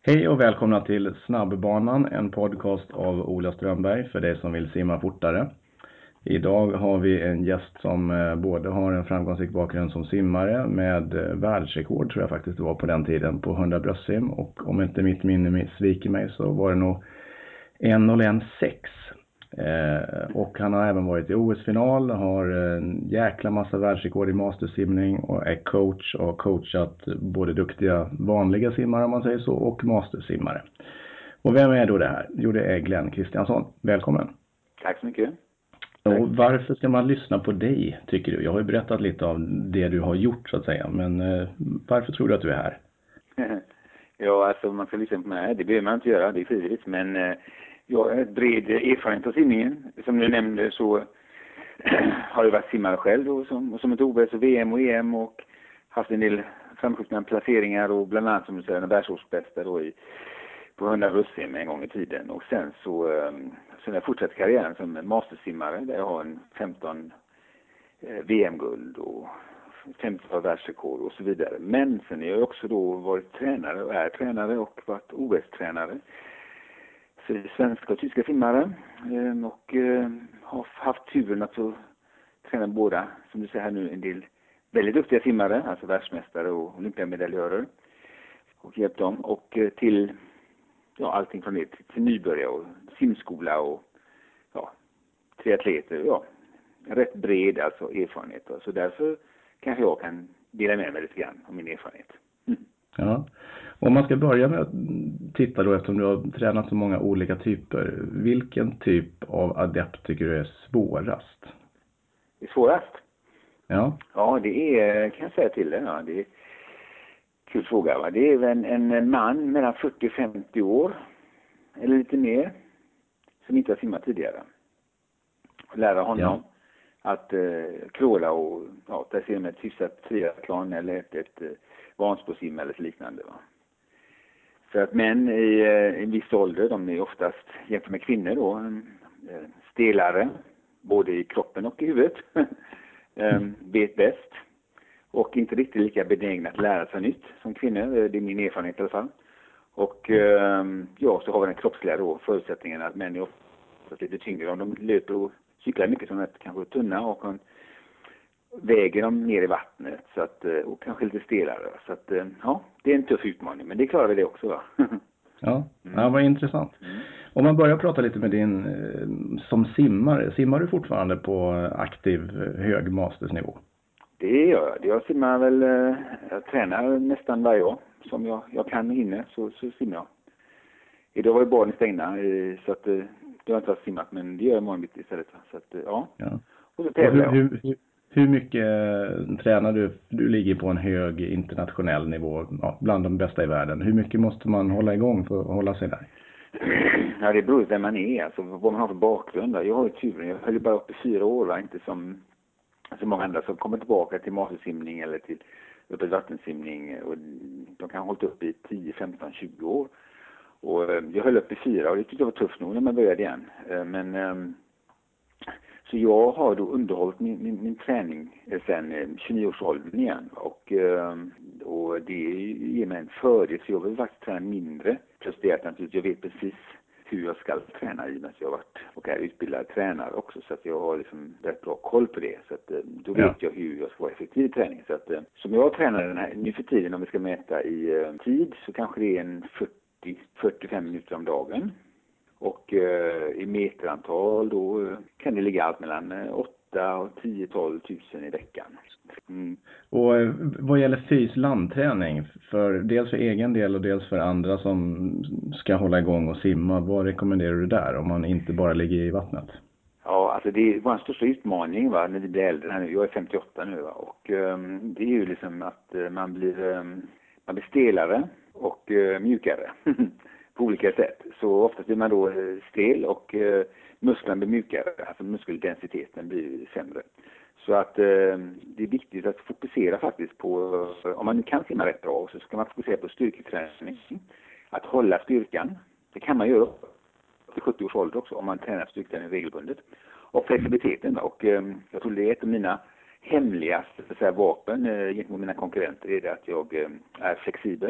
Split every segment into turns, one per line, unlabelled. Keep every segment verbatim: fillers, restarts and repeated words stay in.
Hej och välkomna till Snabbbanan, en podcast av Ola Strömberg för dig som vill simma fortare. Idag har vi en gäst som både har en framgångsrik bakgrund som simmare med världsrekord, tror jag faktiskt det var på den tiden, på hundra bröstsim. Och om inte mitt minne sviker mig så var det nog en noll ett sex. Eh, och han har även varit i O S-final, har en jäkla massa världsrekord i mastersimning och är coach och har coachat både duktiga vanliga simmare om man säger så och mastersimmare. Och vem är då det här? Jo, det är Glenn Kristiansson. Välkommen.
Tack så mycket.
Och varför ska man lyssna på dig, tycker du? Jag har ju berättat lite av det du har gjort så att säga, men eh, varför tror du att du är här?
Ja, alltså man ska lyssna på mig. Det behöver man inte göra, det är frivilligt. Men eh, jag har ett bred erfarenhet av simningen. Som du nämnde så har jag varit simmare själv då, som, som ett O S och V M och E M och haft en del framskjutna placeringar och bland annat som du säger en världsårsbästa då i på hundra bröstsim en gång i tiden. Och sen så um, sen jag fortsatt karriären som mastersimmare där jag har en femton eh, V M-guld och femtio världsrekord och så vidare. Men sen har jag också då varit tränare och är tränare och varit O S-tränare för svenska och tyska simmare eh, och eh, har haft turen att få träna båda, som du säger här nu, en del väldigt duktiga simmare, alltså världsmästare och olympiamedaljörer och hjälpt dem och eh, till ja, allting från det till, till nybörjare och simskola och ja, triatleter, ja, rätt bred alltså erfarenhet. Så därför kanske jag kan dela med mig lite grann om min erfarenhet. Mm.
Ja, om man ska börja med att titta då, eftersom du har tränat så många olika typer, vilken typ av adept tycker du är svårast?
Det är svårast?
Ja.
Ja, det är, kan jag säga till dig, ja, det är kul fråga, va? Det är en, en man mellan fyrtio och femtio år, eller lite mer, som inte har simmat tidigare. Lära honom ja. att eh, kråla och ja, där ser man ett hyfsat triathlon eller ett, ett, ett Vansbrosim eller liknande. Va? För att män i eh, en viss ålder, de är oftast jämfört med kvinnor då, eh, stelare, både i kroppen och i huvudet, eh, vet bäst. Och inte riktigt lika benägna att lära sig nytt som kvinnor, det är min erfarenhet i alla fall. Och eh, ja, så har vi den kroppsliga då, förutsättningen att män är oftast lite tyngre. Om de löper och cyklar mycket som ett kanske tunna och en, väger dem ner i vattnet så att, och kanske lite stelare. Så att, ja, det är en tuff utmaning, men det klarar vi det också va?
Ja, mm. Ja, vad intressant. Mm. Om man börjar prata lite med din som simmare, simmar du fortfarande på aktiv hög mastersnivå?
Det gör jag. Jag simmar väl, jag tränar nästan varje år. Som jag, jag kan hinna så, så simmar jag. Idag var ju barnen stängda så att jag har inte simmat, men det gör jag imorgon bitti istället. Så att, ja.
Ja.
Och så
och hur, hur, hur, hur mycket tränar du? Du ligger på en hög internationell nivå, ja, bland de bästa i världen. Hur mycket måste man hålla igång för att hålla sig där?
Ja, det beror på vem man är, alltså vad man har för bakgrund. Jag har ju turen, jag höll bara upp i fyra år, va? Inte som så många andra som kommer tillbaka till mastersimning eller till öppet vattensimning. Och de kan ha hållit upp i tio, femton, tjugo år. Och jag höll upp i fyra och det tyckte jag var tufft nog när man började igen. Men så jag har då underhållit min, min, min träning sedan tjugonio års åldern igen. Och, och det ger mig en fördel, så jag vill faktiskt träna mindre. Plus det att jag vet precis hur jag ska träna i och med att jag har varit och är utbildad tränare också. Så att jag har liksom rätt bra koll på det. Så att då vet ja. jag hur jag ska vara effektiv i träning. Så att som jag tränar den här, nu för tiden om vi ska mäta i tid så kanske det är en fyrtio till fyrtiofem minuter om dagen. Och eh, i meterantal då kan det ligga allt mellan åtta och tio till tolv tusen i veckan.
Mm. Och eh, vad gäller fys landträning, för dels för egen del och dels för andra som ska hålla igång och simma, vad rekommenderar du där om man inte bara ligger i vattnet?
Ja, alltså det är vår största utmaning va, när vi blir äldre. Jag är femtioåtta nu va, och um, det är ju liksom att uh, man blir um, man blir stelare och uh, mjukare på olika sätt. Så oftast blir man då uh, stel och uh, musklerna blir mjukare, alltså muskeldensiteten blir sämre. Så att uh, det är viktigt att fokusera faktiskt på, uh, om man kan simma rätt bra så ska man fokusera på styrketräning, att hålla styrkan. Det kan man göra till sjuttio års ålder också om man tränar styrketräning regelbundet. Och flexibiliteten. Och eh, jag tror det är ett av mina hemligaste så här, vapen eh, gentemot mina konkurrenter är det att jag eh, är flexibel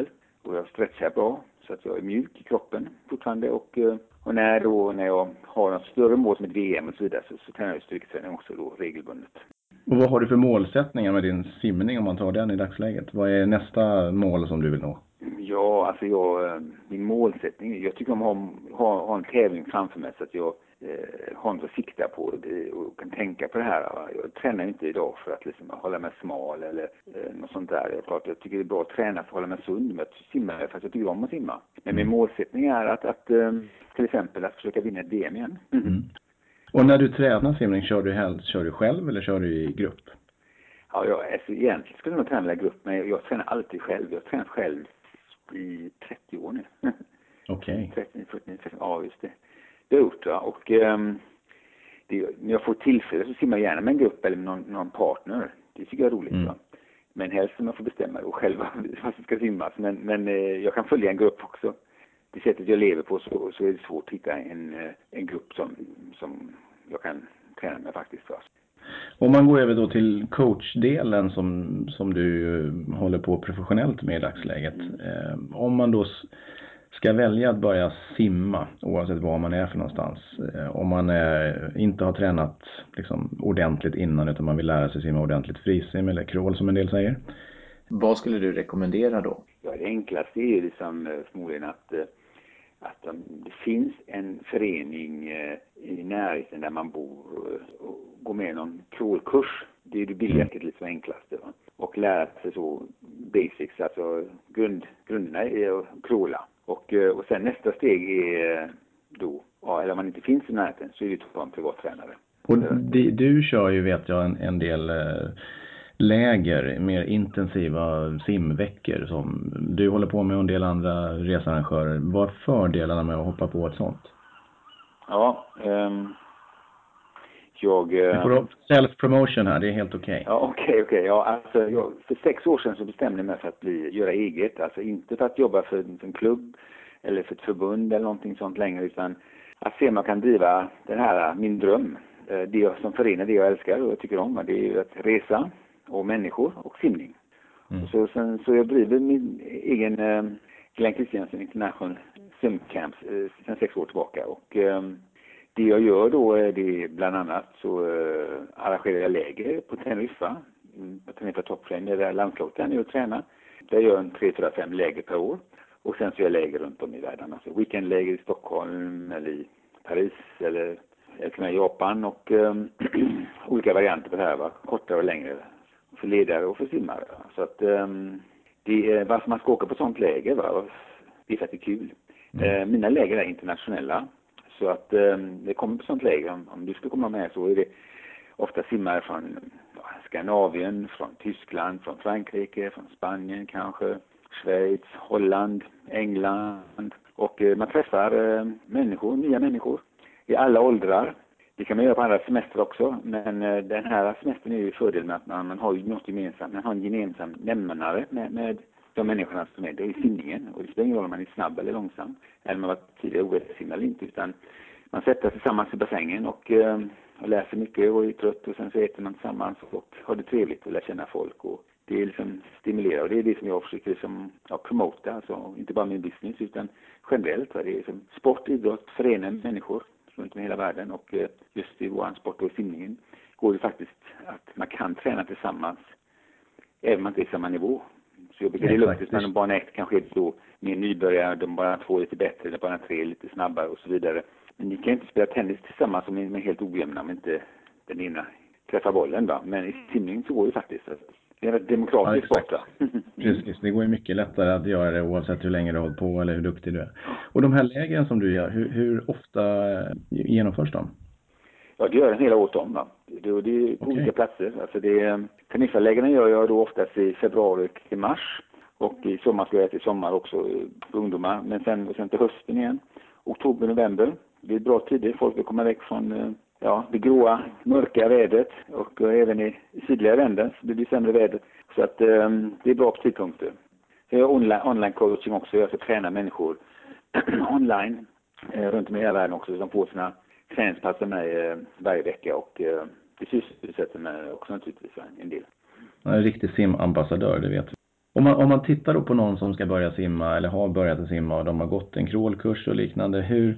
och jag stretchar bra så att jag är mjuk i kroppen fortfarande. Och, och när, då, när jag har en större mål som ett V M och så vidare så, så tränar jag styrketräning också då regelbundet.
Och vad har du för målsättningar med din simning om man tar den i dagsläget? Vad är nästa mål som du vill nå?
Ja, alltså jag, min målsättning, jag tycker om att ha, ha, ha en tävling framför mig så att jag eh, har något att sikta på det, och kan tänka på det här. Jag tränar inte idag för att liksom hålla mig smal eller eh, något sånt där. Jag, klart, jag tycker det är bra att träna för att hålla mig sund, men att simma för att jag tycker om att simma. Men min målsättning är att, att eh, till exempel att försöka vinna ett V M igen.
Mm. Och när du tränar simning, kör du, helst, kör du själv eller kör du i grupp?
Ja, jag, alltså, egentligen skulle jag nog träna i grupp, men jag, jag tränar alltid själv. Jag tränar själv i trettio år nu.
Okej.
Okay. trettio, fyrtio, trettio, ja just det. Det har jag gjort, ja. Och um, det, när jag får tillfälle så simmar jag gärna med en grupp eller med någon, någon partner. Det tycker jag är roligt, mm. va. Men helst som jag får bestämma då själv vad som ska simmas. Men, men eh, jag kan följa en grupp också. Det sättet jag lever på så, så är det svårt att hitta en, en grupp som, som jag kan träna med faktiskt. Va.
Om man går över då till coachdelen som, som du håller på professionellt med i dagsläget. Mm. Eh, om man då ska välja att börja simma, oavsett var man är för någonstans. Eh, om man eh, inte har tränat liksom, ordentligt innan utan man vill lära sig simma ordentligt frisim eller crawl som en del säger. Vad skulle du rekommendera då?
Ja, det enklaste är ju liksom förmodligen att att um, det finns en förening eh, i närheten där man bor och, och går med någon crawlkurs. Det är det billigaste, lite så enklaste. Va? Och lära sig så basics, alltså grund, grunderna i att crawla. Och, och sen nästa steg är då, ja, eller om man inte finns i närheten så är det att vara en privattränare.
Och det, du kör ju, vet jag, en, en del eh, läger, mer intensiva simveckor som du håller på med och en del andra researrangörer. Vad är fördelarna med att hoppa på ett sånt?
Ja, um, jag...
Du får self-promotion här, det är helt okej. Okay.
Ja, okej, okay, okej. Okay. Ja, alltså, jag, för sex år sedan så bestämde jag mig för att bli, göra eget. Alltså inte för att jobba för en, för en klubb eller för ett förbund eller någonting sånt längre, utan att se om man kan driva den här, min dröm. Det som förenar det jag älskar och jag tycker om, det är ju att resa och människor och simning. Mm. Och så, sen, så jag driver min egen eh, Glenn Christiansen International Simcamps eh, sedan sex år tillbaka. Och eh, det jag gör då är det bland annat så eh, arrangerar jag läger på Teneriffa. På Teneriffa Toppframe, där landslaget är nu och tränar. Där gör jag en tre, fyra, fem läger per år. Och sen så gör jag läger runt om i världen. Alltså weekendläger i Stockholm eller i Paris eller i Japan och um, olika varianter på det här, va? Kortare och längre för ledare och för simmare. Så att um, det är, varför man ska åka på sånt läger, va? Det är för att det är kul. Mm. Uh, mina läger är internationella, så att um, det kommer på sånt läger, om, om du ska komma med så är det ofta simmare från ja, Skandinavien, från Tyskland, från Frankrike, från Spanien kanske, Schweiz, Holland, England och uh, man träffar uh, människor, nya människor i alla åldrar. Det kan man göra på andra semester också, men uh, den här semestern är ju fördel med att man, man har ju något gemensamt, man har en gemensam nämnare med, med de människorna som är där i simningen. Och det spelar ingen roll om man är snabb eller långsam, eller man var tidigare O S-simmare eller inte, utan man sätter sig tillsammans i bassängen och, uh, och läser mycket och är trött och sen så äter man tillsammans och har det trevligt och lär känna folk. Och det är liksom stimulerar och det är det som jag försöker liksom, ja, promota, alltså inte bara min business utan generellt. Va? Det är liksom sport, idrott, förenar människor runt om hela världen och eh, just i vår sport och simningen går det faktiskt att man kan träna tillsammans även om man inte är i samma nivå. Så jag brukar dela upp det när barn ett kanske är så med nybörjare, de bara två lite bättre eller bara tre lite snabbare och så vidare. Men ni kan inte spela tennis tillsammans som är helt ojämna om inte den ena träffar bollen. Va? Men i simning så går det faktiskt. Det är en demokratisk
ja,
sport.
Precis, det går ju mycket lättare att göra det oavsett hur länge du har hållit på eller hur duktig du är. Och de här lägren som du gör, hur, hur ofta genomförs de?
Ja, det gör den hela året om. Va? Det, det är på okay. olika platser. Alltså det, Teneriffa-lägren gör jag då oftast i februari till mars. Och i sommar ska jag till sommar också för ungdomar. Men sen, sen till hösten igen. Oktober, november. Det är bra tider. Folk vill komma väck från ja, det gråa, mörka vädret. Och även i sydliga länder så det blir sämre väder. Så att um, det är bra på tidpunkter. Jag gör online, online coaching också. Jag ska träna människor online eh, runt om i hela världen också. Som får sina träningspass med mig eh, varje vecka. Och eh, det sysselsätter mig också naturligtvis en del.
Jag är en riktig simambassadör, det vet vi. Om man, om man tittar då på någon som ska börja simma eller har börjat att simma och de har gått en crawlkurs och liknande, hur,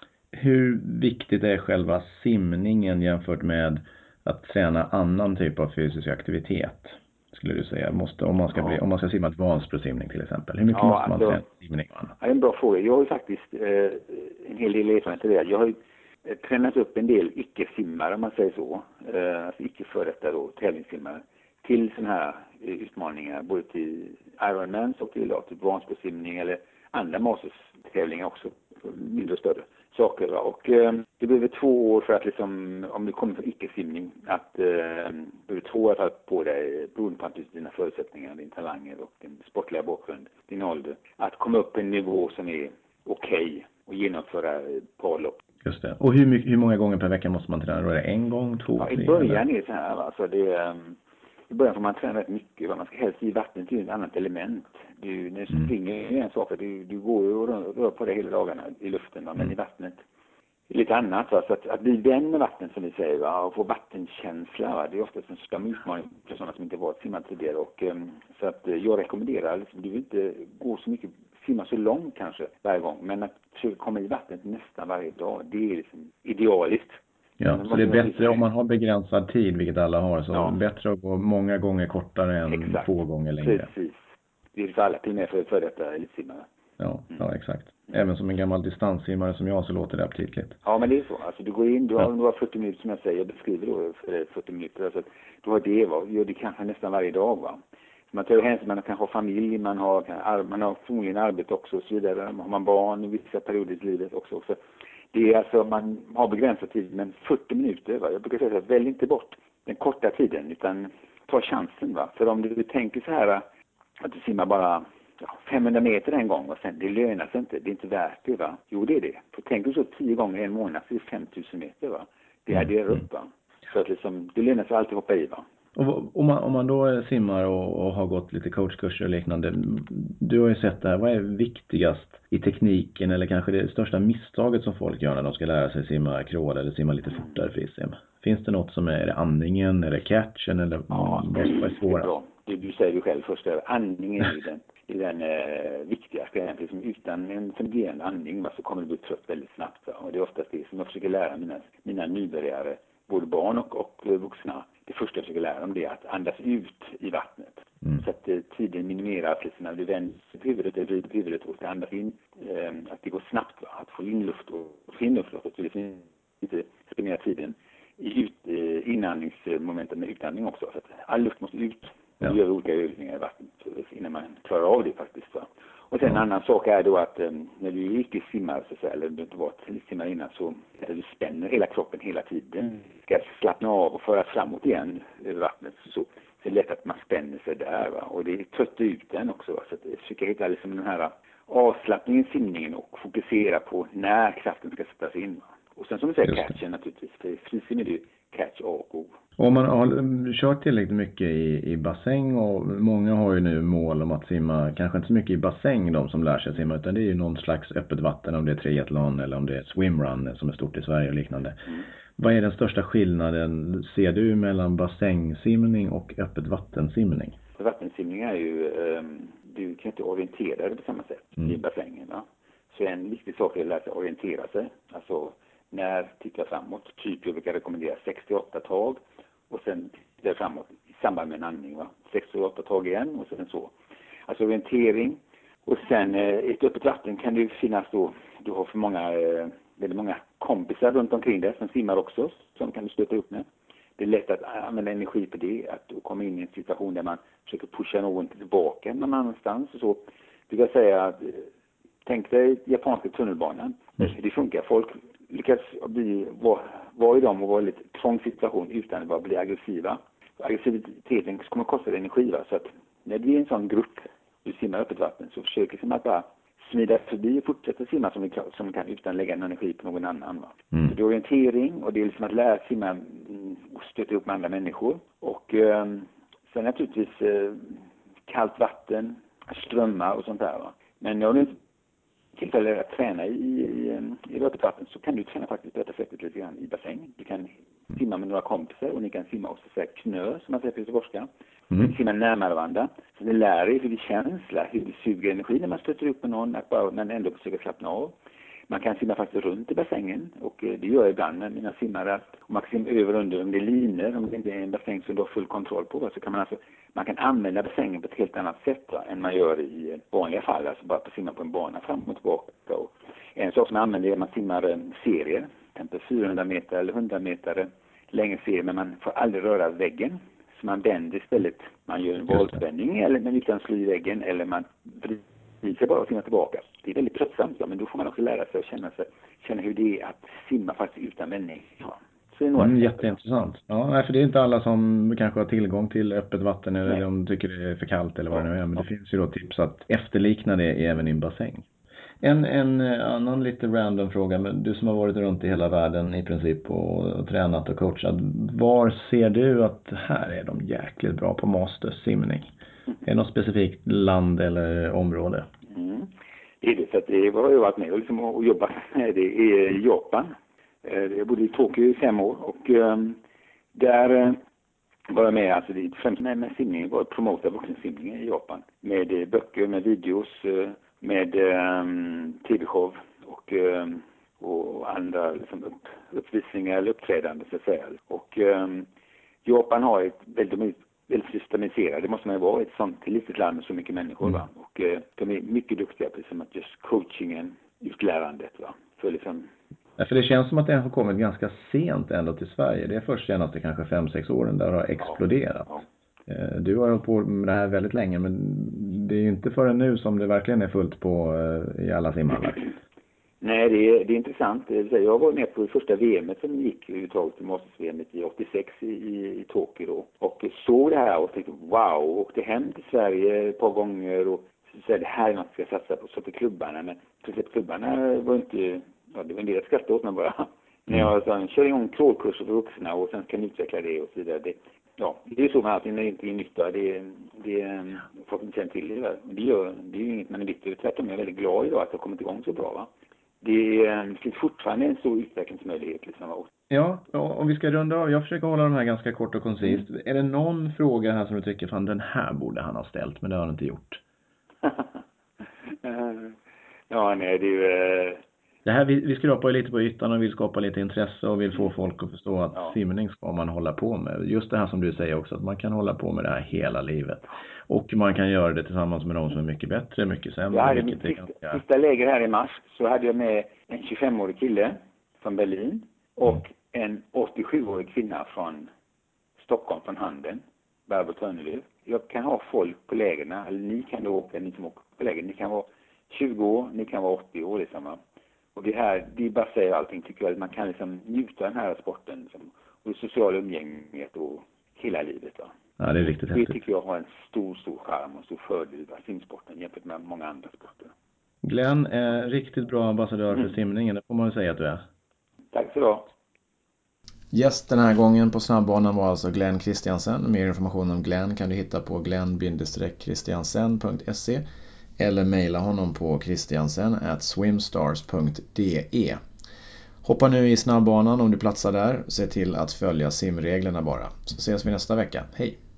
hur viktigt är själva simningen jämfört med att träna annan typ av fysisk aktivitet, skulle du säga? Måste, om, man ska
Ja.
bli, om man ska simma ett advanced-simning till exempel, hur mycket
Ja,
måste man
alltså,
träna simning och annat?
Ja, det är en bra fråga. Jag har ju faktiskt eh, en hel del erfarenhet av det. Jag har ju eh, tränat upp en del icke-simmare, om man säger så, eh, alltså icke-förrättare och tävlingssimmare, till sådana här eh, utmaningar, både till Ironmans och till ja, typ Vansbrosimning eller andra masters-tävlingar också, mindre och större saker. Va? Och eh, det behöver två år för att liksom, om du kommer från icke-simning, att eh, det behöver två år att på dig, beroende på dina förutsättningar, din talanger och din sportliga bakgrund, din ålder, att komma upp på en nivå som är okej okay och genomföra ett par lopp.
Just det. Och hur, mycket, hur många gånger per vecka måste man träna? Då är det en gång, två,
ja,
tre?
I början är det så här, alltså det är, i början får man träna rätt mycket. Man ska helst i vattnet till ett annat element. Du, när du
Mm.
springer är en sak, du, du går ju och rör, rör på det hela dagarna i luften, va? Men
Mm.
i vattnet är lite annat. Va? Så att, att bli vän med vatten, som vi säger, va? Och få vattenkänsla, va? Det är ofta en stor utmaning för sådana som inte varit simmat tidigare. Och, um, så att uh, jag rekommenderar, liksom, du vill inte gå så mycket, simma så långt kanske varje gång, men att försöka komma i vattnet nästan varje dag, det är liksom idealiskt.
Ja, så det är bättre om man har begränsad tid, vilket alla har, så ja. Bättre att gå många gånger kortare än exakt. Två gånger längre.
Precis. Det är för alla till med för, för detta elitsimmare.
Ja, mm. ja, exakt. Även som en gammal distanssimmare som jag så låter det aptitligt.
Ja, men det är så. Alltså du går in, du har, ja. du har fyrtio minuter som jag säger, jag beskriver då för fyrtio minuter. Alltså, du har det, va? Gör det kanske nästan varje dag, va? Man tar ju hänsyn, man kanske har familj, man har, man har förmodligen arbete också och så vidare. Har man barn i vissa perioder i livet också. också. Det är alltså, man har begränsad tid, men fyrtio minuter, va? Jag brukar säga så här, välj inte bort den korta tiden, utan ta chansen, va? För om du tänker så här, att du simmar bara ja, femhundra meter en gång och sen, det lönar sig inte, det är inte värt det, va? Jo, det är det. För tänker du så tio gånger en månad så är det femtusen meter, va? Det adderar mm. upp, va? Så att liksom, det lönar sig alltid hoppa i, va?
Och om man, om man då simmar och, och har gått lite coachkurser och liknande, du har ju sett det här, vad är viktigast i tekniken eller kanske det största misstaget som folk gör när de ska lära sig simma crawl eller simma lite fortare frisim? Finns det något som är, är det andningen, är det catchen eller
ja,
vad är svårast?
Bra. Du, du säger ju själv först, andningen är den, är den eh, viktigaste egentligen. Utan en fungerande andning, va, så kommer du bli trött väldigt snabbt, va? Och det är oftast det som jag försöker lära mina, mina nybörjare, både barn och, och vuxna. Det första jag försöker lära dem det är att andas ut i vattnet. Mm. Så att eh, tiden minimeras liksom, när du vänder huvudet eller vrider huvudet och andas in. Eh, att det går snabbt, va? Att få in luft och få in luft och så det inte spendera tiden i ut, eh, inandningsmomentet med utandning också. Så att all luft måste ut och ja. Göra olika övningar i vattnet innan man klarar av det faktiskt. Va? Och sen mm. en annan sak är då att eh, när du icke simmar så att säga, eller du inte varit simmar innan, så att du spänner hela kroppen hela tiden. Mm. Ska slappna av och föra framåt igen över vattnet. Så, så det är lätt att man spänner sig där, va? Och det tröttar ut den också. Va? Så att jag försöker hitta liksom den här avslappningen i simningen och fokusera på när kraften ska sättas in. Va? Och sen som du säger, catchen naturligtvis. För frisim är det ju catch A och O.
Om man har kört tillräckligt mycket i, i bassäng, och många har ju nu mål om att simma, kanske inte så mycket i bassäng de som lär sig simma, utan det är ju någon slags öppet vatten, om det är triathlon eller om det är swimrun som är stort i Sverige och liknande. Mm. Vad är den största skillnaden, ser du, mellan bassängsimning och öppet vattensimning?
Vattensimning är ju, um, du kan inte orientera dig på samma sätt mm. i bassängen. Va? Så en viktig sak är att lära sig orientera sig. Alltså, när tittar jag framåt, typ jag brukar rekommendera sex till åtta tag och sen tittar jag framåt i samband med en andning, va? sex till åtta tag igen och sen så. Alltså orientering. Och sen eh, ett öppet vatten kan det ju finnas då, du har för många, eh, väldigt många kompisar runt omkring dig som simmar också, som kan du stöta upp med. Det är lätt att använda energi på det, att komma in i en situation där man försöker pusha någon tillbaka någon annanstans och så. Du kan säga att, tänk dig japanska tunnelbanan, mm. det funkar, folk lyckas bli, vara var i dem och vara i lite trång situation utan att bara bli aggressiva. Aggressiviteten kommer att kosta energi, va? Så att när det är en sån grupp du simmar öppet vatten så försöker som att bara smida förbi och fortsätta simma som, som kan utan lägga energi på någon annan. Va? Mm. Så det är orientering och det är liksom att lära simma och stöta upp med andra människor. Och eh, sen naturligtvis eh, kallt vatten, strömmar och sånt där. Va? Men jag har inte tillfälle att träna i, i, i öppet vatten så kan du träna faktiskt på detta sättet lite grann i bassängen. Du kan simma med några kompisar och ni kan simma också så här knö som man säger på göteborgska.
Mm.
Ni simmar närmare varandra. Så ni lär er hur det känns, hur det suger energi när man stöter upp med någon, att bara, men ändå försöka slappna av. Man kan simma faktiskt runt i bassängen och det gör jag ibland med mina simmare. Och man kan simma över och under om det är linor, om det inte är en bassäng som du har full kontroll på. Så kan man alltså, man kan använda bassängen på ett helt annat sätt va, än man gör i vanliga fall. Alltså bara att simma på en bana fram och tillbaka. Och en sak som man använder är att man simmar serier. Till exempel fyrahundra meter eller hundra meter längre serier, men man får aldrig röra väggen. Så man vänder istället. Man gör en voltvändning eller man utan slå i väggen eller man vrider bara och simmar tillbaka. Det är väldigt tröttsamt, ja, men då får man också lära sig att känna, sig, känna hur det är att simma faktiskt utan vändning. Ja. Så det är
mm, jätteintressant. Ja, för det är inte alla som kanske har tillgång till öppet vatten eller Nej. de tycker det är för kallt eller vad ja. det nu är. Men ja. det finns ju då tips att efterlikna det även i en bassäng. En, en annan lite random fråga, men du som har varit runt i hela världen i princip och, och tränat och coachat, var ser du att här är de jäkligt bra på mastersimning? Mm. Är det något specifikt land eller område?
Mm. Det är det, för att det har jag varit med och, liksom, och jobbat med det i Japan. Jag bodde i Tokyo i fem år och um, där uh, var jag med, alltså det främst med, med simning var att promota vuxensimningen i Japan. Med uh, böcker, med videos, uh, med um, tv-show och, um, och andra liksom, upp, uppvisningar eller uppträdande så att säga. Och um, Japan har ett väldigt, väldigt systemiserat, det måste man ju vara, ett sånt litet land med så mycket människor mm. va. Och uh, de är mycket duktiga på liksom, att just coachingen, utlärandet va. För liksom
Ja, för det känns som att det har kommit ganska sent ändå till Sverige. Det är först senaste kanske fem sex åren där det har exploderat. Ja, ja. Du har hållit på med det här väldigt länge, men det är ju inte förrän nu som det verkligen är fullt på i alla simhallar.
Nej, det är, det är intressant. Jag var med på det första V M som gick överhuvudtaget till Masters-V M i åttiosex i, i, i Tokyo då. Och såg det här och tänkte wow, och åkte hem till Sverige ett par gånger och så det här är något jag ska satsa på. Så till klubbarna, men till klubbarna var inte... Ja, det var en del att skratta åt mig bara. Mm. När jag sa, kör igång crawlkurser för vuxna och sen kan utveckla det och så vidare. Det, ja, det är så med allting när det inte är nytta. Det, det folk inte känner till det där. Det, gör, det är ju inget man är bitter. Tvärtom jag är väldigt glad idag att det har kommit igång så bra va. Det finns fortfarande en stor utvecklingsmöjlighet liksom.
Ja, om vi ska runda av. Jag försöker hålla de här ganska kort och koncist. Mm. Är det någon fråga här som du tycker, fan den här borde han ha ställt, men det har han inte gjort?
ja, nej, det är ju...
Det här, vi, vi skrapar lite på ytan och vill skapa lite intresse och vill få folk att förstå att ja. simning ska man hålla på med. Just det här som du säger också, att man kan hålla på med det här hela livet. Och man kan göra det tillsammans med någon som är mycket bättre, mycket sämre.
Jag hade mitt sista, ganska... sista läger här i mars, så hade jag med en tjugofemårig kille från Berlin och mm. en åttiosjuårig kvinna från Stockholm, från Handen, Barbro Törnelöv. Jag kan ha folk på lägerna, eller ni kan då åka, ni som åker på läger, ni kan vara tjugo år, ni kan vara åttio år liksom. Och det här, det bara säger allting tycker jag, att man kan liksom njuta av den här sporten liksom, och det sociala umgänget och hela livet va.
Ja, det är riktigt
det
häftigt.
tycker jag har en stor, stor charm och stor fördel av simsporten jämfört med många andra sporter.
Glenn är riktigt bra ambassadör mm. för simningen, det får man ju säga att du är.
Tack så då.
Gäst den här gången på snabbbanan var alltså Glenn Christiansen. Mer information om Glenn kan du hitta på glenn christiansen punkt se eller mejla honom på christiansen at swimstars punkt de. Hoppa nu i snabbbanan om du platsar där. Se till att följa simreglerna bara. Så ses vi nästa vecka. Hej!